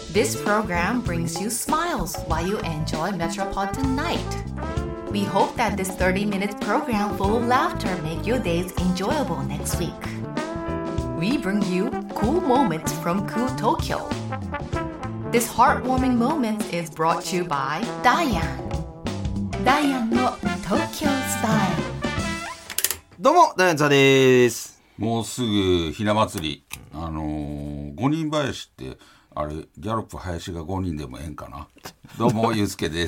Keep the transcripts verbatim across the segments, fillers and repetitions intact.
This program brings you smiles while you enjoy Metropolitan Night. We hope that this thirty-minute program full of laughter make your days enjoyable next week. We bring you cool moments from cool Tokyo. This heartwarming moment is brought to you by Diane. Diane の Tokyo Style。 どうもダイアンツァです。 もうすぐひな祭り、あのー、五人林ってあれギャロップ林がごにんでもええんかな。どうもゆうすけです。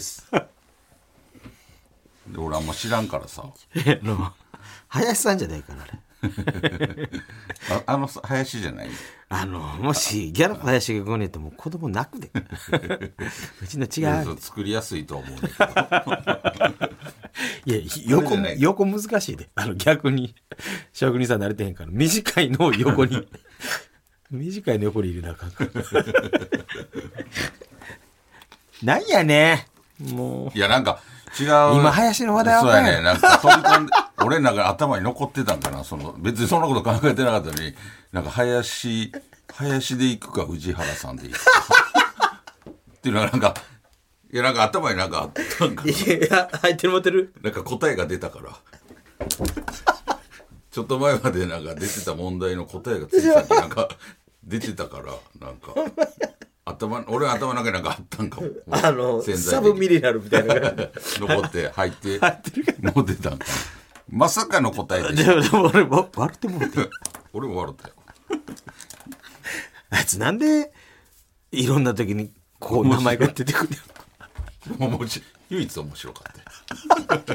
で俺あんま知らんからさ。 あの林さんじゃないかなあれ。 あ, あの林じゃない。あのもしギャロップ林がごにんってもう子供泣くで。うちの違う。 作りやすいと思うんだけど。 いや横横難しいで。あの逆に職人さん慣れてへんから短いのを横に短いの横に入れなあかんから。なんやねもう。 いやなんか違う。 今林の話題はそうやね。なんか飛び込んで俺の中で頭に残ってたんかな。その別にそんなこと考えてなかったのに、なんか林林で行くか宇治原さんで行くかっていうのはなんかいやなんか頭になんかあったんかな。いや入ってる持ってる。 なんか答えが出たからちょっと前までなんか出てた問題の答えがついたなんか出てたからなんか頭俺の頭の中になんかあったんかも。 あのサブミリナルみたいな残って入って持ってたんか。まさかの答えでしょ。でも俺笑ってもらって俺も笑ったよ。 あいつなんでいろんな時にこう名前が出てくるの。もち唯一面白かった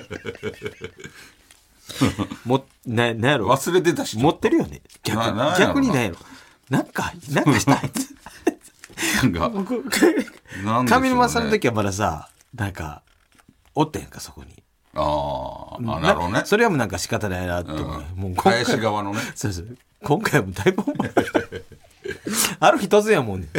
もななんやろ忘れてたし持ってるよね。逆に逆になんやろなんかなんかしたあいつなんか上沼さんの時はまださなんかおってんかそこに。 ああなるほどね。 それはもうなんか仕方ないなって思う、うん、もう今回林側のね。 そうそう今回はもうだいぶある日突然やもんね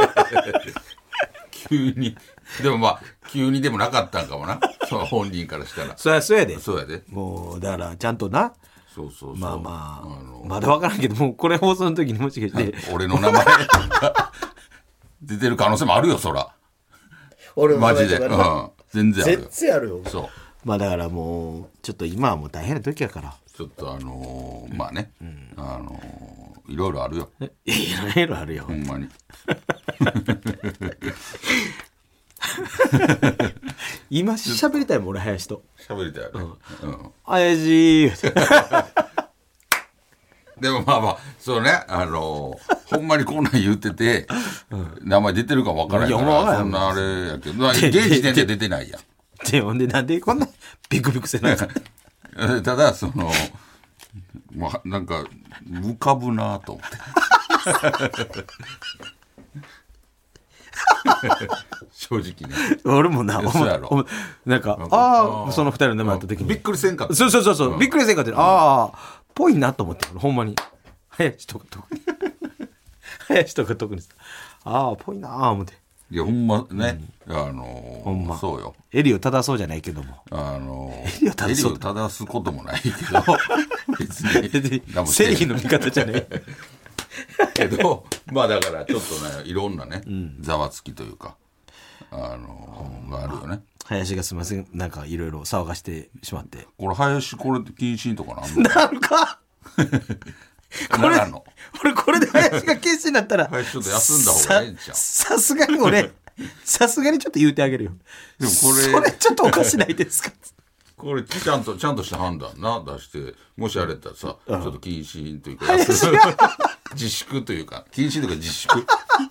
急にでもまあ急にでもなかったんかもな。その本人からしたらそりゃそうやで。 そうやで。 もうだからちゃんとな。 そうそうそう。 まあまあ、あのー、まだ分からんけどもうこれ放送の時にもしかして俺の名前出てる可能性もあるよそら。俺マジで、うん、全然あるよ。 全然あるよ。 そうまあだからもうちょっと今はもう大変な時やからちょっとあのー、まあね、うん、あのー、いろいろあるよ。 いろいろあるよほんまに今喋りたいもん俺林と喋りたいよね、うんうん、 林でもまあまあそうねあのー、ほんまにこんなん言ってて、うん、名前出てるかもわからないからそんなあれやけど現時点で出てないやん。 でほんでなんでこんなビクビクせないかただそのまあなんか浮かぶなと思って正直ね俺もなそうやろなんかああその二人の名前あった時にびっくりせんかったそうそうそうそう、うん、びっくりせんかったああぽいなと思ってほんまに林とか特に林とか特にああぽいなあ思っていやほんまね、うん、あのー、 ほんまそうよ襟を正そうじゃないけどもあのー、 襟を正そう襟を正すこともないけど別に正義の味方じゃないけどまあだからちょっとねいろんなね、うん、ざわつきというかあのー、があるよね。 林がすみませんなんかいろいろ騒がしてしまってこれ林これ禁止とかなんのなるかこれの俺これで林が禁止になったら林ちょっと休んだ方がいいんちゃう。 さすがに俺さすがにちょっと言うてあげるよ。でもこれそれちょっとおかしないですかこれちゃんとちゃんとした判断な出してもしあれやったらさ、うん、ちょっと禁止というか自粛というか禁止というか自粛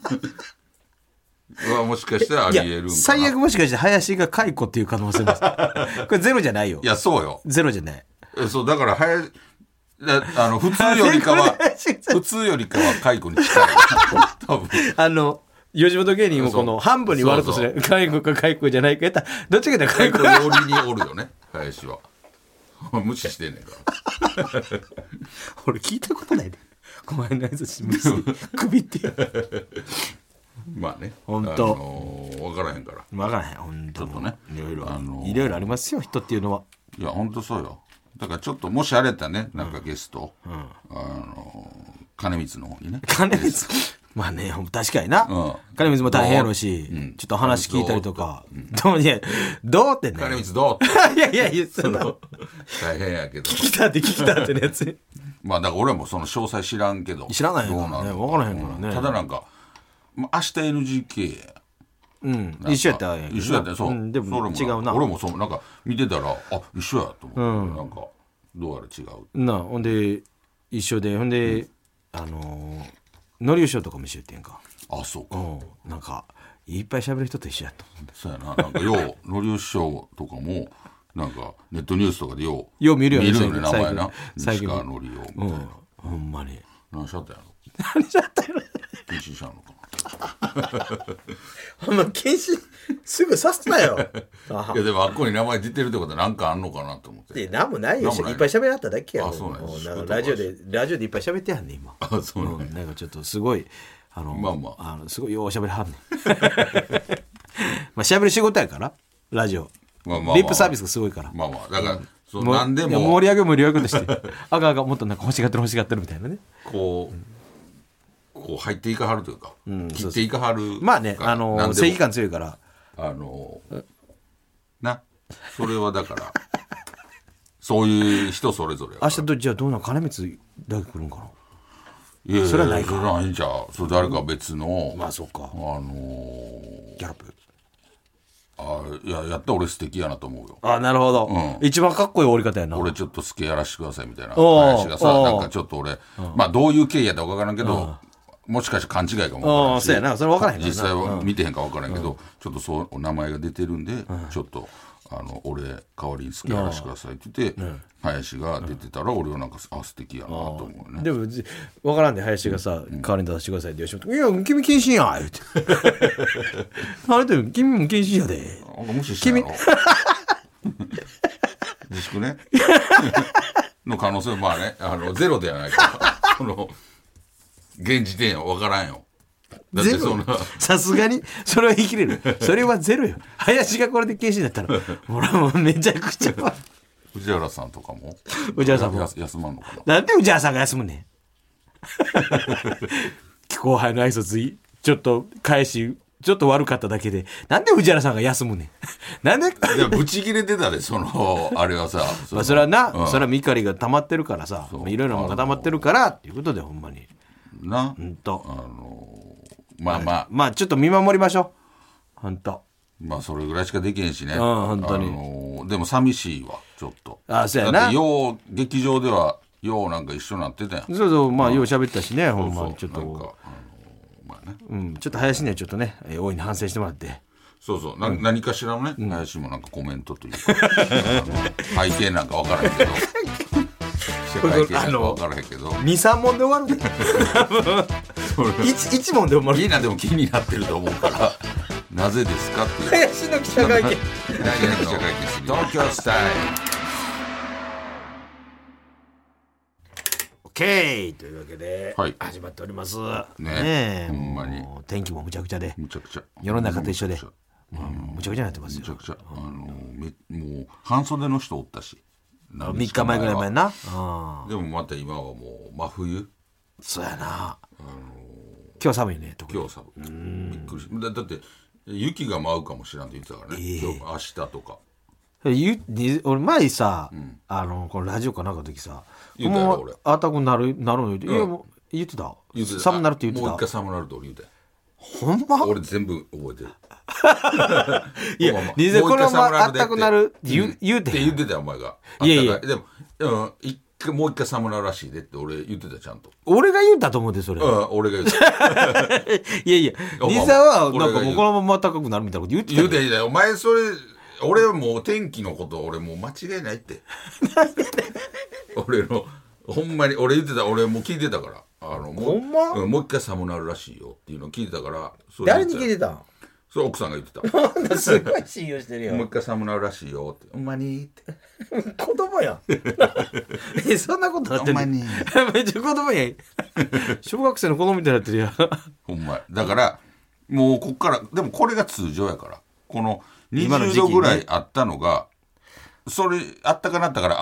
はもしかしたらありえるんかな。 最悪もしかして林が解雇っていう可能性もこれゼロじゃないよ。 いやそうよゼロじゃない。 そうだから林あの普通よりかは普通よりかは解雇に近い多分あの吉本芸人もこの半分に割るとする解雇か解雇じゃないかやったらどっちかで解雇寄りにおるよね林は無視してんねんから俺聞いたことないでお前のやつし首ってまあね本当、 あのー、分からへんから分からへん本当ちょっとねいろいろ、あのー、いろいろありますよ人っていうのは。 いや本当そうよ。だからちょっともしあれやったらねなんかゲスト、うんうん、あの金光の方にね金光まあね、確かにな。うん、金光も大変やろし、うん、ちょっと話聞いたりとか。どう、いや、どうってね。 金光どうって。 いやいやいや、その、 大変やけど。 聞きたって聞きたってのやつ。 まあだから俺もその詳細知らんけど。 知らないよね。分からへんからね。 うん、ただなんか、明日 エヌジーケー や。 うん、一緒やったらや一緒やったそう、うん、 でも違うな。 俺もそうなんか見てたらあ一緒やと思って、うん、なんかどうやら違うな。ほんで一緒でほんで、うん、あののりお師匠とかも一緒やってんか。 あそうか、 うん、なんかいっぱい喋る人と一緒やと思って。 そうやな。なんかようのりお師匠とかもなんかネットニュースとかでようよう見るよね。 見るよね名前な。西川のりおみたいな、 うん、ほんまに何しゃったやろ。 何しゃったやろ。 禁止したのかな。 ほんま禁止すぐさせたよ。 いやでもあっこに名前出てるってことは何かあんのかなと思って。 で何もないよ。いっぱい喋らっただけやろ。 あそうなんです。 ラジオでラジオでいっぱい喋ってやんね今。 あそうなん、ねうん、なんかちょっとすごいあのまあまあ、あのすごいよう喋りはんねん。まあ喋る仕事やからラジオ。まあまあまあ、リップサービスがすごいから。 まあまあだから、うん、そう何でも盛り上げ盛り上げとしてあかあかもっとなんか欲しがってる欲しがってるみたいなね。 こう。うんこう入っていかはるというか、うん、切っていかはる。 まあね、あのー、正義感強いからあのー、なそれはだからそういう人それぞれ明日どじゃあどうなん金光だけ来るんかな。 いやいやそれはないか。 それはないんじゃそれ誰か別の、 うん、まあそっかあのー、 ギャラップあいややったら俺素敵やなと思うよ。 あなるほど、うん、一番かっこいい折り方やな。 俺ちょっとスケやらしてくださいみたいな話がさなんかちょっと俺、うん、まあどういう経緯やったか分からんけど、うん、もしかして勘違いかも分からんし、 そうやなそれ分からへん実際は見てへんか分からんけど、うん、ちょっとそう名前が出てるんで、うん、ちょっとあの俺代わりにスケやらしてくださいって言って、うん、林が出てたら俺はなんかあ素敵やなと思うね。 でも分からんで林がさ、うん、代わりに出してくださいって吉本いや君謹慎や言うてあれで君も謹慎やで無視したやろ自粛ねの可能性はまあねあのゼロではないからその現時点は分からんよ。だってそのさすがにそれは言い切れるそれはゼロよ。林がこれで謹慎だったら俺はもうめちゃくちゃ藤原さんとかも藤原さんも休まんのかな。 なんで藤原さんが休むねん後輩の挨拶ちょっと返しちょっと悪かっただけでなんで藤原さんが休むねんなんでいやブチ切れてたでそのあれはさそ, まあそれはな、うん、それは怒りが溜まってるからさいろいろなものが溜まってるからっていうことでほんまになほんとあのー、まあまあまあちょっと見守りましょうほんとまあそれぐらいしかできへんしね、 うん本当に、 あのー、でも寂しいわちょっと。 あそうやな。 だってよう劇場ではようなんか一緒になってたやん。 そうそうまあよう喋ったしね、うん、ほんまにちょっとなんかあのーまあねうん、ちょっと林にはちょっとね、えー、大いに反省してもらってそうそうな、うん、何かしらのね、うん、林もなんかコメントというか背景なんか分からへんけど背景なんか分からへんけどにさん 問で終わるで 1, いち問で終わる。 いいなでも気になってると思うからなぜですかっていう林の記者会見林の記者会見する東京スタイルオッケーというわけで、はい、始まっておりますねえほんまに天気もむちゃくちゃでむちゃくちゃ世の中と一緒でむちゃくちゃになってますよ。 むちゃくちゃあのめもう半袖の人おったしみっかまえぐらい前なあでもまた今はもう真冬。 そうやな、あのー、今日寒いね特に今日寒いびっくりし だ, だって雪が舞うかもしれんって言ってたからね、えー、今日明日とかゆ俺前さ、うん、あのこのラジオかなんかの時さ言ったよ俺あったくなるなるの言って、うん、いやもう言ってた言ってた寒なるって言ってたもう一回寒なると俺言うてほんま俺全部覚えてるいやリゼこのままあったくなるって言う、うん、言うてって言ってたよお前がいやいやでも、うん、一回もう一回寒なるらしいでって俺言ってたちゃんと俺が言ったと思うでそれ、 うん、俺が言ったいやいやリゼはなんかもうこのままあったかくなるみたいなこと言ってた言うてたお前それ俺はもう天気のこと俺もう間違いないって俺のほんまに俺言ってた俺もう聞いてたからあのもう、 ほんまうん、もう一回寒なるらしいよっていうのを聞いてたからそれ誰に聞いてたんそれ奥さんが言ってたすごい信用してるよもう一回寒なるらしいよってほんまにって子供やんえそんなことなってんのほんまにめっちゃ子供やん小学生の子供みたいになってるやんほんまだからもうこっからでもこれが通常やからこのにじゅうどぐらいあったのが、ね、それあったかなったからあ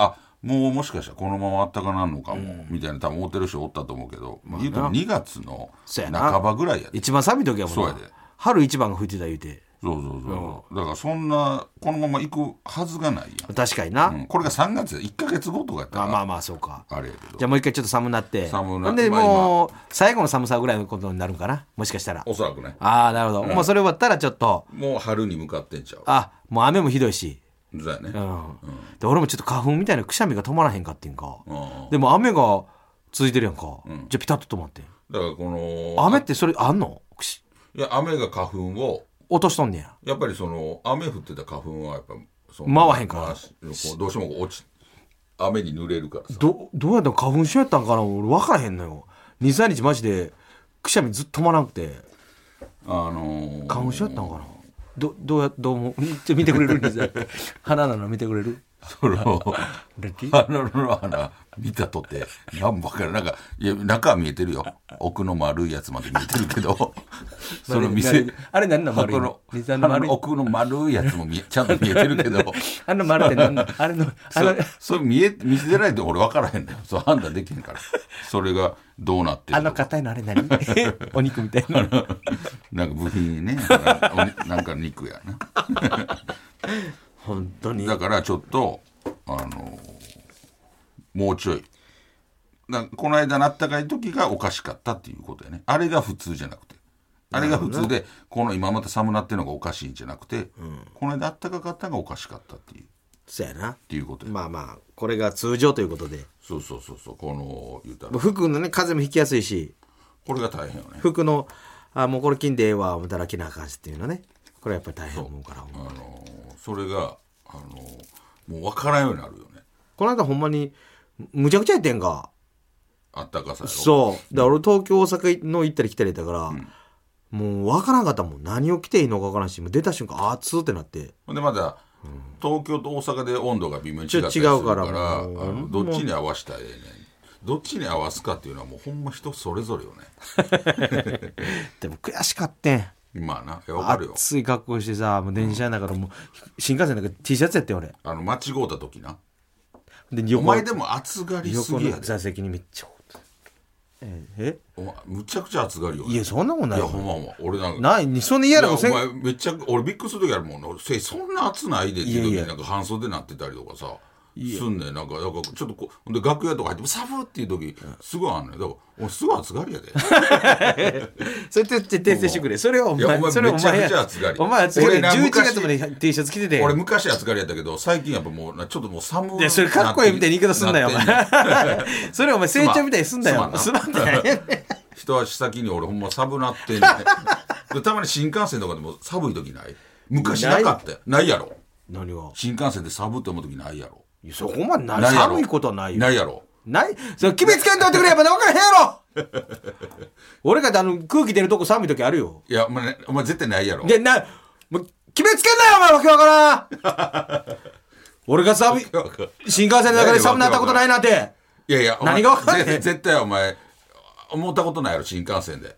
もうもしかしたらこのままあったかなんのかも、うん、みたいな多分思ってる人おったと思うけど、まあ、言うとにがつの半ばぐらいやで。 一番寒い時はもうな。 そうやで。 春一番が吹いてた言うて。 そうそうそう、うん、だからそんなこのまま行くはずがないやん。 確かにな、うん、 これがさんがつでいっかげつごとかやったらまあまあそうか。 あれやけど、 じゃあもう一回ちょっと寒なって寒なでもう最後の寒さぐらいのことになるんかな、もしかしたら。 おそらくね。 ああなるほど、うん、もうそれ終わったらちょっともう春に向かってんちゃう。 あもう雨もひどいし。 そうやね、うんうん、で俺もちょっと花粉みたいなくしゃみが止まらへんかってんか、うん、でも雨が続いてるやんか、うん、じゃあピタッと止まってん。 だからこの雨ってそれあんの？ いや雨が花粉を落としとんねや。 やっぱりその雨降ってた花粉はやっぱその回へんからどうしても落ち雨に濡れるからさ。 ど, どうやったら花粉症やったんかな、俺分からへんのよ。にさんにちマジでくしゃみずっと止まらなくて、 あのー、 花粉症やったんかな。ど, どうやどうも見てくれるんです花なの見てくれる。 その花の花見たとて何ばかりなんかいや中は見えてるよ、奥の丸いやつまで見えてるけどその店あれ何の丸いの奥の丸いやつも見えちゃんと見えてるけどあの丸って何のあれのあのそれ見え見せないと俺分からへんだよ。そう判断できへんからそれがどうなってるあの硬いのあれ何お肉みたいななんか部品ねなんか肉やな本当に。 だからちょっとあのもうちょいだこの間なったかい時がおかしかったっていうことやね。あれが普通じゃなくて、あれが普通でこの今また寒なってるのがおかしいんじゃなくて、うん、この間あったかかったのがおかしかったっていう。 そうやなっていうことや。 まあまあこれが通常ということで。 そうそうそうそう、この言うたら服のね風邪もひきやすいし、 これが大変よね。 服のあもうこれ金でええわ思ったら着なあかんしっていうのね、これやっぱり大変思うから。 あのそれがあのもう分からんようになるよね。 この間ほんまにむちゃくちゃやってんか。 あったかさやろ。 そうだから俺東京大阪の行ったり来たりだから、うん、もう分からんかったもん。何を着ていいのか分からんし、もう出た瞬間熱ってなって。 でまだ、うん、東京と大阪で温度が微妙に違ったりするから、違うからあのどっちに合わせたらええねん。どっちに合わすかっていうのはもうほんま人それぞれよねでも悔しかってん。 まあな、分かるよ。 暑い格好してさ、もう電車の中でもう新幹線の中 T シャツやってん俺。 あの間違うた時な。 でお前でも暑がりすぎやで。 横の座席にめっちゃええお前むちゃくちゃ暑がりよ、ね。 いやそんなもんないよ。 いやほんまほんま俺なんかないそんな嫌なお前めっちゃ俺びっくりする時あるもんな。そんな暑ないでっていう時になんか半袖になってたりとかさ。すんねん。なんかなんかちょっとこうで楽屋とか入ってサブっていう時すごいあんねん。だから俺すごい暑がりやでそれって訂正してくれ。それはお前、いやお前それめちゃくちゃ暑がり。 お前暑がり。じゅういちがつまで T シャツ着てて。 俺昔暑がりやったけど最近やっぱもうちょっともう寒い。 いやそれかっこいいみたいな言い方すんなよお前それお前成長みたいにすんなよ。すまんってない一足先に俺ほんま寒なってんねんたまに新幹線とかでも寒い時ない？昔なかったよ。ないやろ。 何が？ 新幹線で寒って思う時ないやろ。 いやそこまでない。寒いことはないよ。 ないやろ。 ないそれ決めつけんといてくれやっぱ分からへんやろ俺があの空気出るとこ寒い時あるよ。 いやお前、ね、お前絶対ないやろ。 でなもう決めつけんなよお前わけわからん俺が寒い新幹線の中で寒なったことないなんて。 いやいや何が分かんねん。 絶対お前思ったことないやろ新幹線で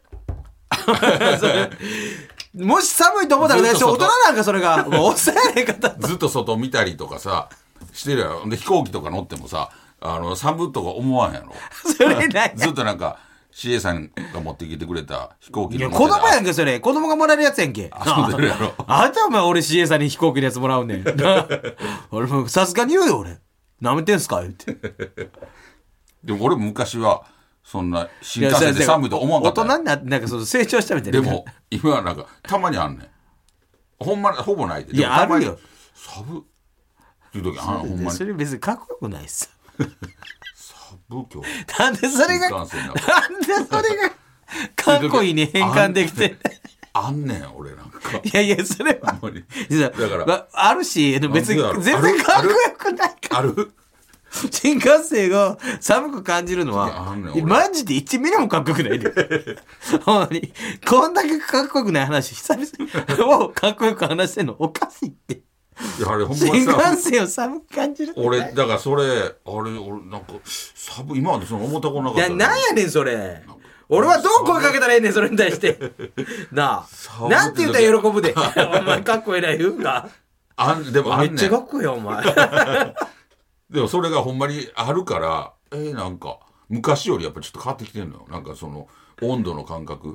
もし寒いと思ったらね大人なんかそれがもうおっさんやねんかずっと外見たりとかさしてるやろ。で飛行機とか乗ってもさあの寒とか思わんやろそれないずっとなんか シーエー さんが持ってきてくれた飛行機の子供やんけそれ。子供がもらえるやつやんけ。 遊んでるやろあんたお前俺 シーエー さんに飛行機のやつもらうねん俺もさすがに言うよ俺。なめてんすか言ってでも俺昔はそんな新幹線で寒いと思わんかった。 大人になってなんかその成長したみたいな。 でも今はなんかたまにあんねん。ほんまほぼないで。 いやあるよ。 寒っていう時あんほんまに。 それ別にかっこよくないっす寒今日。 なんでそれがなんでそれがかっこいいに変換できてあんねん俺なんか。 いやいやそれはだからあるし別に全然かっこよくないから。 ある新幹線が寒く感じるのはマジでいちミリもかっこよくないでほんまにこんだけかっこよくない話久々をかっこよく話してんのおかしいって。いやあれほんま新幹線を寒く感じるって俺だからそれあれ俺なんか寒い今までその思ったことなかった。 いやなんやねんそれ。俺はどう声かけたらええねんそれに対してなあなんて言ったら喜ぶでお前かっこええな言うんか。 あんでもあんねんめっちゃかっこいいよお前でもそれがほんまにあるからえー、なんか昔よりやっぱちょっと変わってきてんのよ。なんかその温度の感覚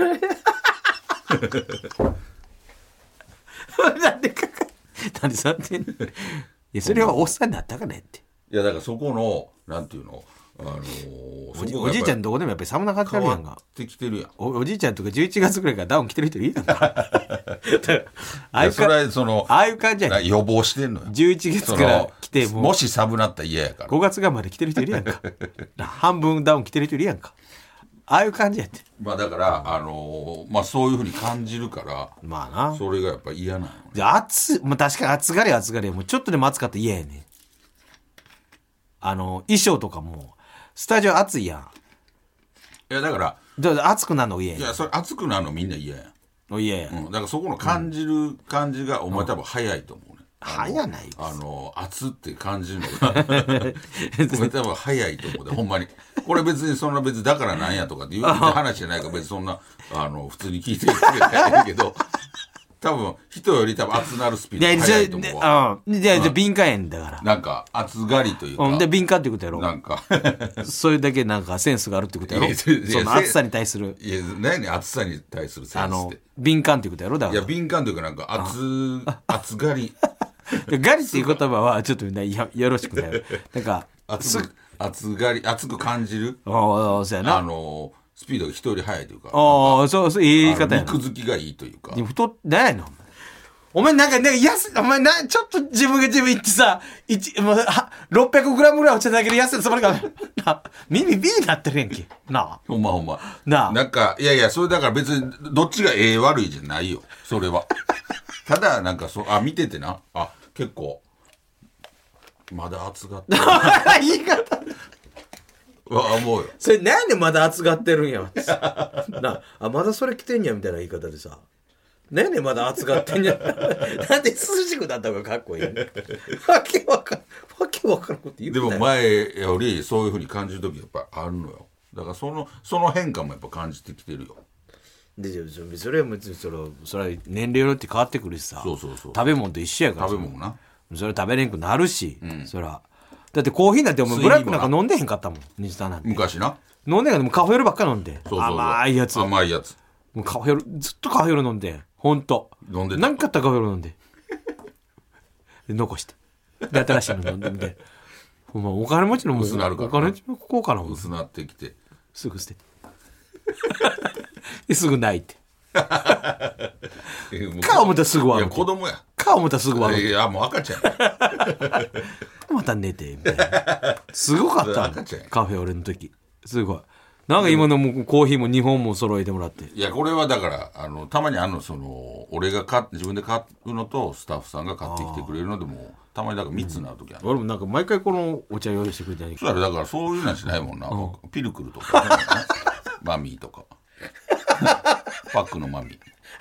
なんでかか何さってんの。いやそれはおっさんになったからねって。 いやだからそこのなんていうの、あのー、 お, じおじいちゃんどこでもやっぱり寒なかったるやんが。 変わってきてるやん。 お, おじいちゃんとかじゅういちがつぐらいからダウン着てる人いるやんかああいうそれそのああいう感じやん。 予防してんのよ。 じゅういちがつから来てももし寒なったら嫌やからごがつがまで着てる人いるやんか半分ダウン着てる人いるやんか。ああいう感じやって。 まあだからあのー、まあそういうふうに感じるからまあなそれがやっぱ嫌なの、ね、 じゃあ暑い、まあ、確かに暑がり暑がりもうちょっとでも暑かったら嫌やねん。あの衣装とかもスタジオ暑いやん。 いやだからだから暑くなるの嫌やん。 いやそれ暑くなるのみんな嫌やん。 お嫌や、 うん、だからそこの感じる感じがお前多分早いと思うね。 早ないあの熱って感じるのがお前多分早いと思うでほんまに。これ別にそんな別にだからなんやとかっていう話じゃないから別にそんなあの普通に聞いてるけどけど多分人より多分熱なるスピードが速いと思うわ。 うん、じゃあじゃあ敏感やんだから。 なんか熱がりというか、 うん、で敏感ってことやろ。 なんかそれだけなんかセンスがあるってことやろ。 いやその暑さに対するいや何やねん暑さに対するセンスって。あの敏感ってことやろ。だからいや敏感というかなんか熱熱がりガリっていう言葉はちょっとねやよろしくない。なんか熱く熱がり熱く感じる。 ああそうやな。 あのスピードが人より速いというか。 ああそうそういい言い方やな。 肉付きがいいというか。 太ってないの。お前なんか、なんか安い、お前な、ちょっと自分が自分言ってさ、一、もう、は、ろっぴゃくグラムぐらい落ちただけで安いつもりが、な、耳 B になってるやんけ。なあ。 ほんまほんま。 なあ。 なんか、いやいや、それだから別に、どっちがええ悪いじゃないよ。それは。ただ、なんかそう、あ、見ててな。あ、結構、まだ熱がってる。 言い方。 わ、思うよ。 それなんでまだ熱がってるんや。なあ、まだそれ着てんやみたいな言い方でさ。ねえねえまだ熱がってんじゃん。なんで涼しくなった方がかっこいいね。わけわかん、わけわからんこと言うでも前よりそういう風に感じる時やっぱあるのよ。だからそのその変化もやっぱ感じてきてるよ。 でそれは別にそれそれは年齢によって変わってくるしさ。 そうそうそう。 食べ物と一緒やから。 食べ物な。 それ食べれんくなるし、うん、そらだってコーヒーなんてお前ブラックなんか飲んでへんかったもん。西田なんて昔な飲んでへんかったもん。カフェオレばっか飲んで。そうそうそう甘いやつ甘いやつもうカフェオレずっとカフェオレ飲んでほんと飲んでた何かあったらカフェオレ飲んでで残してで新しいの飲んでみたいな。ほんまお金持ちのも薄なるからお金持ちのこうかな薄なってきてすぐ捨ててですぐ泣いて顔思ったらすぐ笑う。 いや子供や顔思ったらすぐ笑う。 いやもう赤ちゃんやまた寝てみたいな。すごかったカフェオレの時すごい。なんか今のもコーヒーもにほんも揃えてもらって。 いやこれはだからあのたまにあのその俺が買自分で買うのとスタッフさんが買ってきてくれるのでもたまにだから密な時ある、 うん、俺もなんか毎回このお茶用意してくれてない。 そうだからそういうのはしないもんな、うん、ピルクルとか、ね、マミーとかパックのマミ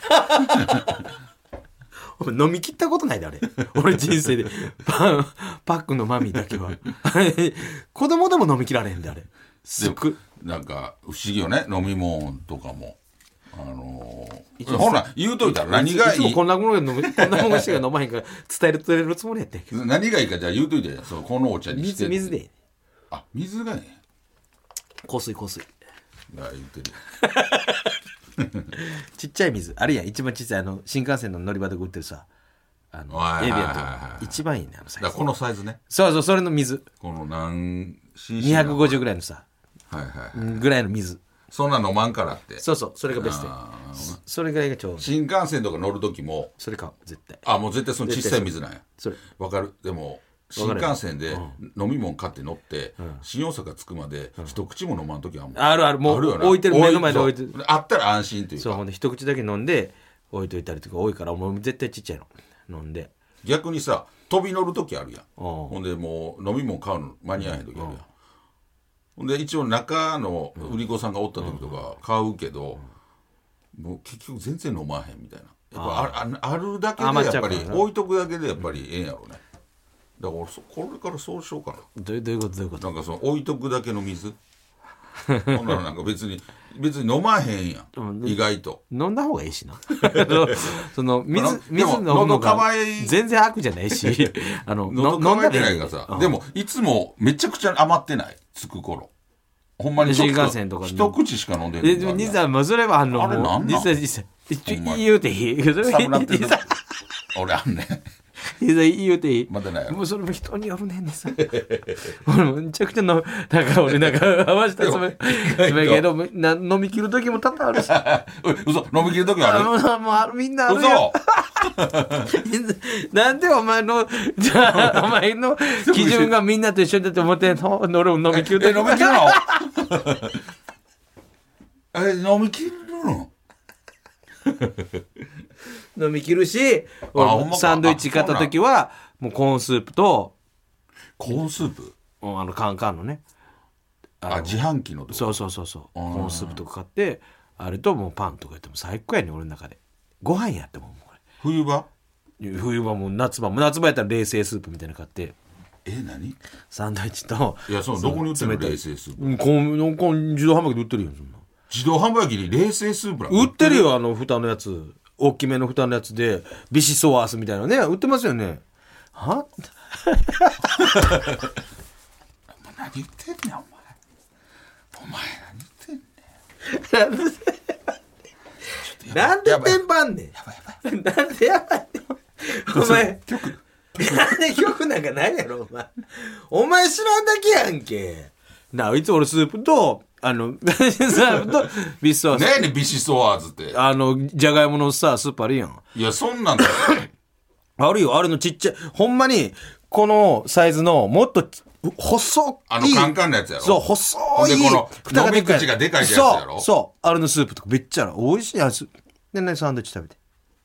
ー飲み切ったことないであれ俺人生で パ, パックのマミーだけは子供でも飲み切られへんであれ。 すくなんか不思議よね飲み物とかもあのー、ほら言うといたら何がいい。いつもこんなもの飲むこんなものしか飲まへんから伝える伝えるつもりやったけど何がいいかじゃあ言うといてそのこのお茶にして水水であ水がね香水香水あ言ってるちっちゃい水あるやん一番ちっちゃいあの新幹線の乗り場で売ってるさあのエビアンとか一番いいねあのサイズ。 だこのサイズね。 そうそうそれの水この何 シーシーにひゃくごじゅうぐらいのさはいはいはい、 ぐらいの水そんな飲まんからってそうそうそれがベスト。それぐらいがちょうど新幹線とか乗る時もそれか絶対あもう絶対その小さい水なんやそれわかる。でも新幹線で飲み物買って乗って、うん、新大阪着くまで一口も飲まん時はもうあるあるもう置いてる目の前で置いてるあったら安心というかそうほんで一口だけ飲んで置いといたりとか多いからもう絶対ちっちゃいの飲んで逆にさ飛び乗る時あるやんほんでもう飲み物買うの間に合わへん時あるやんほんで一応中の売り子さんがおった時とか買うけど、うん、もう結局全然飲まへんみたいなやっぱ あ, あ, あるだけでやっぱり置いとくだけでやっぱりええんやろうね。だからこれからそうしようかな。 どういうことどういうこと。 なんかその置いとくだけの水ほんならなんか別に別に飲まへんやん、意外と飲んだ方がいいしなその水、 まあ、 水飲むのがい全然悪じゃないしあの喉乾いてないからさ、うん、でもいつもめちゃくちゃ余ってない着く頃ほんまにちょっと新幹線とか一口しか飲んでない。 でも実はもうそれはあのあれなんなん実際実際言うていいそれ寒なってる俺あんねん言うていいまだないもうそれも人によるねんねさ俺めちゃくちゃのだから俺なんか合わせたつもりけどな飲み切る時も多々あるし嘘飲み切る時あるあもうあるみんなあるよなんでお前のじゃあお前の基準がみんなと一緒だと思ってんの俺も飲み切る時え飲み切るのえ飲み切るの飲み切るしサンドイッチ買った時はもうコーンスープとコーンスープあのカンカンのねあ自販機のとそうそうそうそうコーンスープとか買ってあれともうパンとかやっても最高やね俺の中でご飯やってももうこれ冬場冬場も夏場も夏場やったら冷製スープみたいなの買ってえ何サンドイッチといやそうどこに売ってるの冷製スープこんこん自動販売機で売ってるよそんな自動販売機に冷製スープ売ってるよあの蓋のやつ大きめの蓋のやつでビシソワースみたいなね売ってますよねは何言ってんねんお前お前何言ってんねんなんで天板ねんやばいやばいなんでやばいお前なんで曲なんかないやろお前お前知らんだけやんけなあいつ俺スープとあのスープとビシソワースねえねビシソワーズってあのじゃがいものさスープあるやんいやそんなんだあるよあれのちっちゃいほんまにこのサイズのもっと細いあのカンカンのやつやろそう細いでこの飲み口がでかいやつやろそうそうあれのスープとかめっちゃある美味しいやつでねサンドイッチ食べて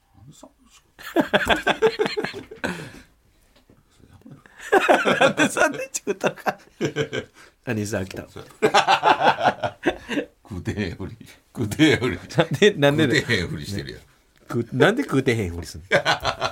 なんでサンドイッチ食ったのか何さ来た食うてへんふり食うてへんふりなんでなんで食うてへんふりしてるやん、 ね、なんで食うてへんふりすんのちょ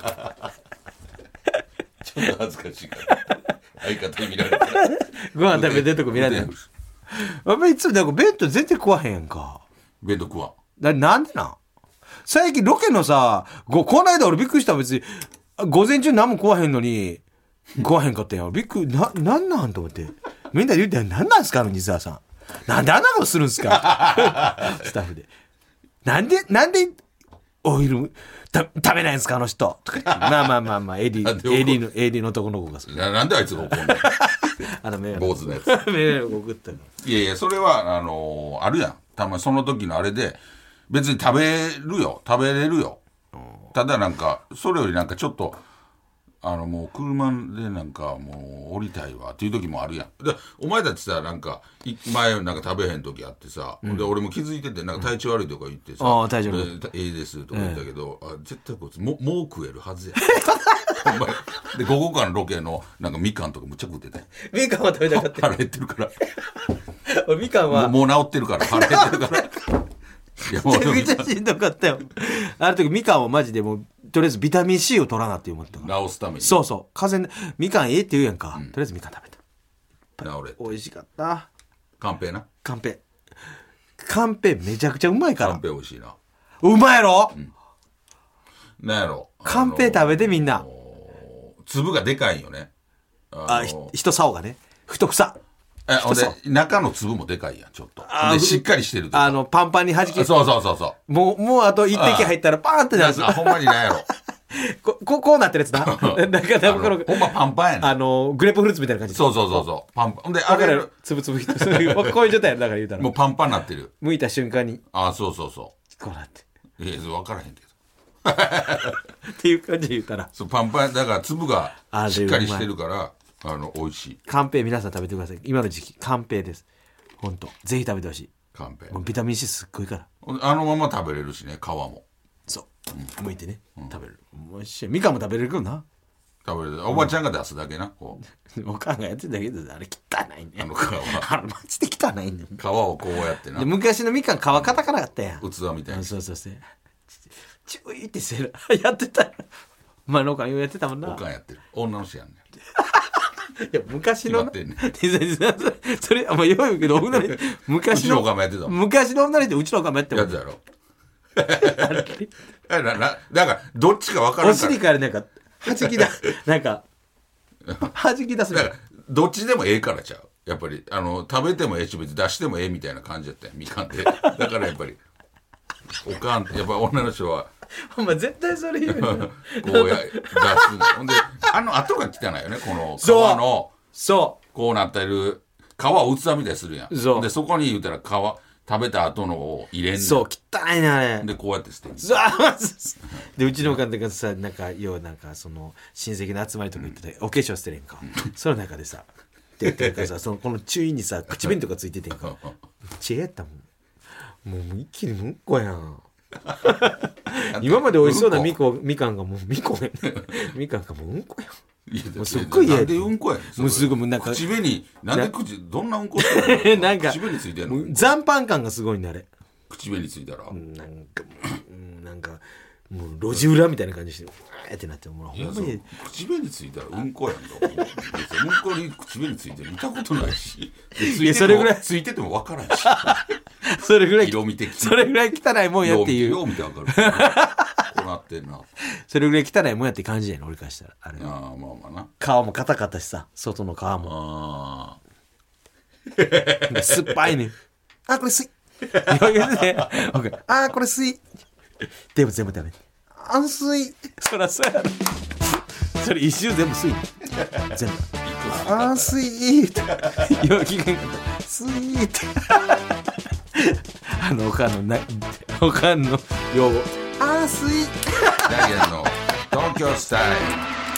っと恥ずかしいから相方に見られてご飯食べてるとこ見られてるやっぱりいつもなんか弁当全然食わへんやんか弁当食わんだなんでなん最近ロケのさごこの間俺びっくりした別に午前中何も食わへんのに食わへんかったやんびっくりななんなんと思ってみんなで言ってなんなんすかあの西澤さんなんであんなことするんすかスタッフでなんでなんでオイルた食べないんすかあの人とかまあまあまあまあ エーディー エーディー の エーディー の男の子がするななんであいつが怒んのあの坊主のやつ迷惑送ったのいやいやそれはあのー、あるやんたまにその時のあれで別に食べるよ食べれるよただなんかそれよりなんかちょっとあのもう車でなんかもう降りたいわっていう時もあるやんでお前たちさなんか前なんか食べへん時あってさ、うん、で俺も気づいててなんか体調悪いとか言ってさ「 うん、体調悪いええです」とか言ったけど、ええ、あ絶対こいつももう食えるはずやお前で午後からのロケのなんかみかんとかむっちゃ食っててみかんは食べたかった腹減ってるから俺みかんはもう、もう治ってるから腹減ってるからいやめちゃくちゃしんどかったよある時みかんはマジでもうとりあえずビタミン C を取らなって思った治すためにそうそう風邪みかんええって言うやんか、うん、とりあえずみかん食べた治れ美味しかったカンペなカンペカンペめちゃくちゃうまいからカンペ美味しいなうまいやろ、うん、 なんやろカンペ食べてみんな、あのー、粒がでかいんよねあ、のー、あ一竿がね太くさえほんで中の粒もでかいやんちょっとでしっかりしてるあのパンパンに弾けそうそうそうそうもうもうあと一滴入ったらパーンってなるあほんまになんやろこここうなってるやつなだからほんまパンパンやねんあのグレープフルーツみたいな感じそうそうそうそうパンパンであれつぶつぶこういう状態やだから言うたらもうパンパンなってる剥いた瞬間にあそうそうそうこうなっていや分からへんけどっていう感じで言うたらそうパンパンだから粒がしっかりしてるからあの美味しいカンペ皆さん食べてください今の時期カンペですほんとぜひ食べてほしいカンペビタミン C すっごいからあのまま食べれるしね皮もそう、うん、剥いてね、うん、食べれる美味しいみかんも食べれるけどな食べれるおばちゃんが出すだけなこうおかんがやってただけであれ汚いねあの皮はあれマジで汚いね皮をこうやってな昔のみかん皮硬かなかったやん器みたいなそうそうそうチュイってせるやってたよお前のおかんやってたもんなおかんやってる女の人やんねや昔の決まってんねんそれあんまよいけどおなり昔のうちのおかまやってたもん昔のおなりってうちのおかまやってもやつやろななだからどっちか分からおんから尻からなんかはじきだなんかはじき出すみたいなだからどっちでもええからちゃうやっぱりあの食べてもええし別に出してもええみたいな感じやったよみかんでだからやっぱりおかんってやっぱ女の人はお前絶対それ言うよこうや出すのほんであの後が汚いよねこの皮そうのそこうなってる皮を器みたいにするやんそうでそこに言うたら皮食べた後のを入れんねんそう汚いねあれでこうやって捨てるそうでうちのおかんとかさなんか要はなんかその親戚の集まりとか行ってて、お化粧捨てれんか、その中でさって言ってるからさそのこの注意にさ口紅とかついててんかめっちゃええやったもんもう一気にうんこやん今まで美味しそうなみこみかんがもうみこやんみかんがもううんこやんいやもうすっごい嫌やなんでうんこやねんもうすぐもうなんか口紅なんで口どんなうんこしてんのなんか口紅ついてんのもう残飯感がすごいんだあれ口紅ついたら、 なんかもううんなんかもう路地裏みたいな感じしてうわーってなってもうほいやそうんまに口紅ついたらうんこやんか別にうんこに口紅ついて見たことないしでついててもいやそれぐらいついてても分からんしそれぐらい色味的にそれぐらい汚いもんやっていうよう見て分かるこうなってんなそれぐらい汚いもんやって感じやね俺からしたらあれああまあまあな皮も硬かったしさ外の皮もあで酸っぱいねんあこれ水言うてねあこれ水でも全部食べてあん水そらそうやろそれ一周全部水全部あん水ってよう聞かんかった水ってあのおかんのなおかんの用語あん水あダイアンの東京スタイル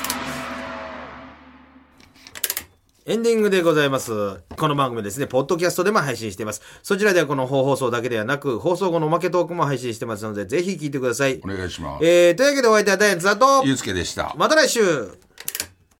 エンディングでございます。この番組ですね、ポッドキャストでも配信しています。そちらではこの本放送だけではなく、放送後のおまけトークも配信してますので、ぜひ聞いてください。 お願いしますえー、というわけでお相手はダイアンツだと、 ゆうすけでしたまた来週